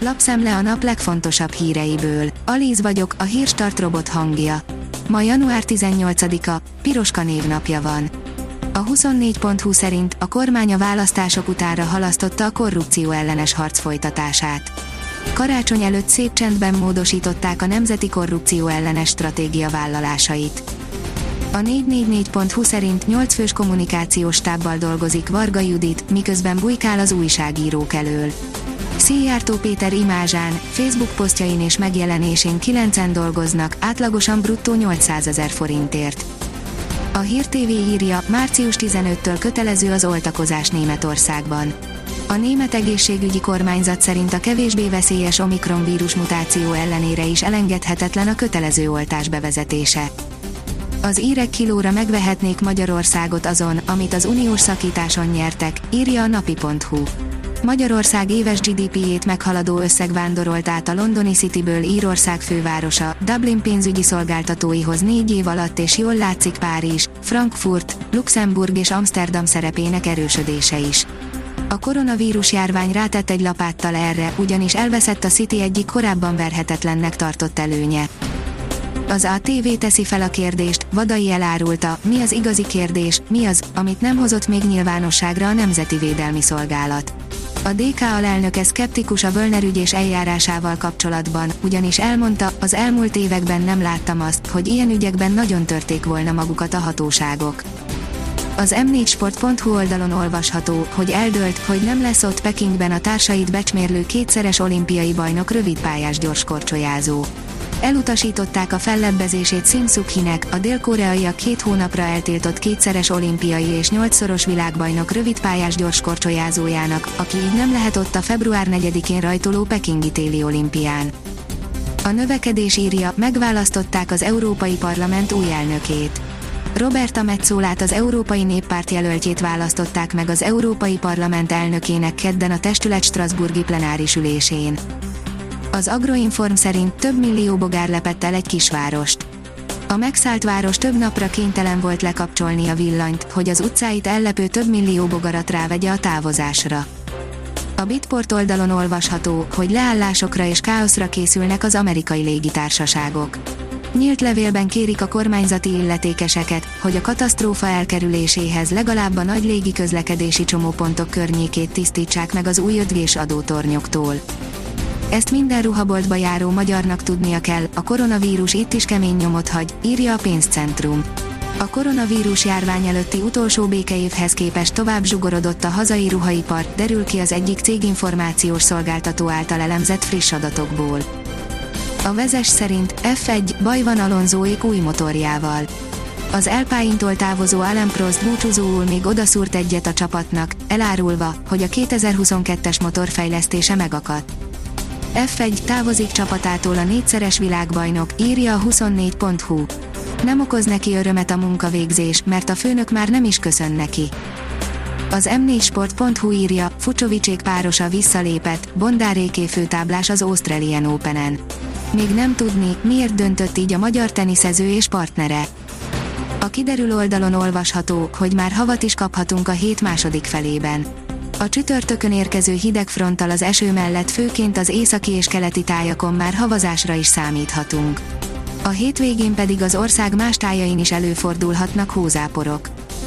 Lapszemle a nap legfontosabb híreiből. Alíz vagyok, a Hírstart robot hangja. Ma január 18-a, Piroska névnapja van. A 24.hu szerint a kormány a választások utánra halasztotta a korrupció ellenes harc folytatását. Karácsony előtt szép csendben módosították a nemzeti korrupció ellenes stratégia vállalásait. A 444.hu szerint 8 fős kommunikációs stábbal dolgozik Varga Judit, miközben bujkál az újságírók elől. Szijjártó Péter imázsán, Facebook posztjain és megjelenésén 9-en dolgoznak, átlagosan bruttó 800 000 forintért. A Hír TV írja, március 15-től kötelező az oltakozás Németországban. A német egészségügyi kormányzat szerint a kevésbé veszélyes Omikron vírus mutáció ellenére is elengedhetetlen a kötelező oltás bevezetése. Az írek kilóra megvehetnék Magyarországot azon, amit az uniós szakításon nyertek, írja a napi.hu. Magyarország éves GDP-jét meghaladó összeg vándorolt át a londoni Cityből Írország fővárosa, Dublin pénzügyi szolgáltatóihoz 4 év alatt, és jól látszik Párizs, Frankfurt, Luxemburg és Amsterdam szerepének erősödése is. A koronavírus járvány rátett egy lapáttal erre, ugyanis elveszett a City egyik korábban verhetetlennek tartott előnye. Az ATV teszi fel a kérdést, Vadai elárulta, mi az igazi kérdés, mi az, amit nem hozott még nyilvánosságra a Nemzeti Védelmi Szolgálat. A DK alelnöke szkeptikus a Völner ügy és eljárásával kapcsolatban, ugyanis elmondta, az elmúlt években nem láttam azt, hogy ilyen ügyekben nagyon törték volna magukat a hatóságok. Az m4sport.hu oldalon olvasható, hogy eldőlt, hogy nem lesz ott Pekingben a társait becsmérlő kétszeres olimpiai bajnok rövidpályás gyorskorcsolyázó. Elutasították a fellebbezését Sim Suk-hinek, a dél-koreaiak 2 hónapra eltiltott kétszeres olimpiai és 8-szoros világbajnok rövidpályás gyorskorcsolyázójának, aki így nem lehet ott a február 4-én rajtoló pekingi téli olimpián. A növekedés írja, megválasztották az Európai Parlament új elnökét. Roberta Metzolát, az Európai Néppárt jelöltjét választották meg az Európai Parlament elnökének kedden a testület strasbourgi plenáris ülésén. Az Agroinform szerint több millió bogár lepett el egy kisvárost. A megszállt város több napra kénytelen volt lekapcsolni a villanyt, hogy az utcáit ellepő több millió bogarat rávegye a távozásra. A Bitport oldalon olvasható, hogy leállásokra és káoszra készülnek az amerikai légitársaságok. Nyílt levélben kérik a kormányzati illetékeseket, hogy a katasztrófa elkerüléséhez legalább a nagy légiközlekedési csomópontok környékét tisztítsák meg az új 5G-s adótornyoktól. Ezt minden ruhaboltba járó magyarnak tudnia kell, a koronavírus itt is kemény nyomot hagy, írja a Pénzcentrum. A koronavírus járvány előtti utolsó békeévhez képest tovább zsugorodott a hazai ruhaipar, derül ki az egyik cég információs szolgáltató által elemzett friss adatokból. A Vezes szerint F1, baj van Alonsoék új motorjával. Az Alpine-tól távozó Alain Prost búcsúzóul még odaszúrt egyet a csapatnak, elárulva, hogy a 2022-es motor fejlesztése megakadt. F1 távozik csapatától a 4-szeres világbajnok, írja a 24.hu. Nem okoz neki örömet a munkavégzés, mert a főnök már nem is köszön neki. Az m4sport.hu írja, Fucsovicsék párosa visszalépett, Bondáréké főtáblás az Australian Openen. Még nem tudni, miért döntött így a magyar teniszező és partnere. A kiderül oldalon olvasható, hogy már havat is kaphatunk a hét második felében. A csütörtökön érkező hideg fronttal az eső mellett főként az északi és keleti tájakon már havazásra is számíthatunk. A hétvégén pedig az ország más tájain is előfordulhatnak hózáporok.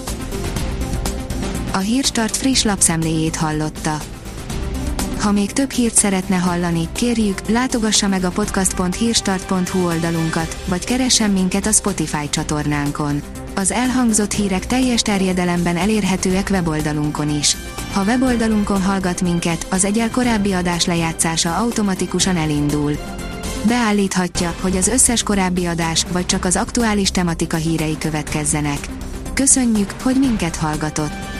A Hírstart friss lapszemléjét hallotta. Ha még több hírt szeretne hallani, kérjük, látogassa meg a podcast.hírstart.hu oldalunkat, vagy keressen minket a Spotify csatornánkon. Az elhangzott hírek teljes terjedelemben elérhetőek weboldalunkon is. Ha weboldalunkon hallgat minket, az egyel korábbi adás lejátszása automatikusan elindul. Beállíthatja, hogy az összes korábbi adás, vagy csak az aktuális tematika hírei következzenek. Köszönjük, hogy minket hallgatott!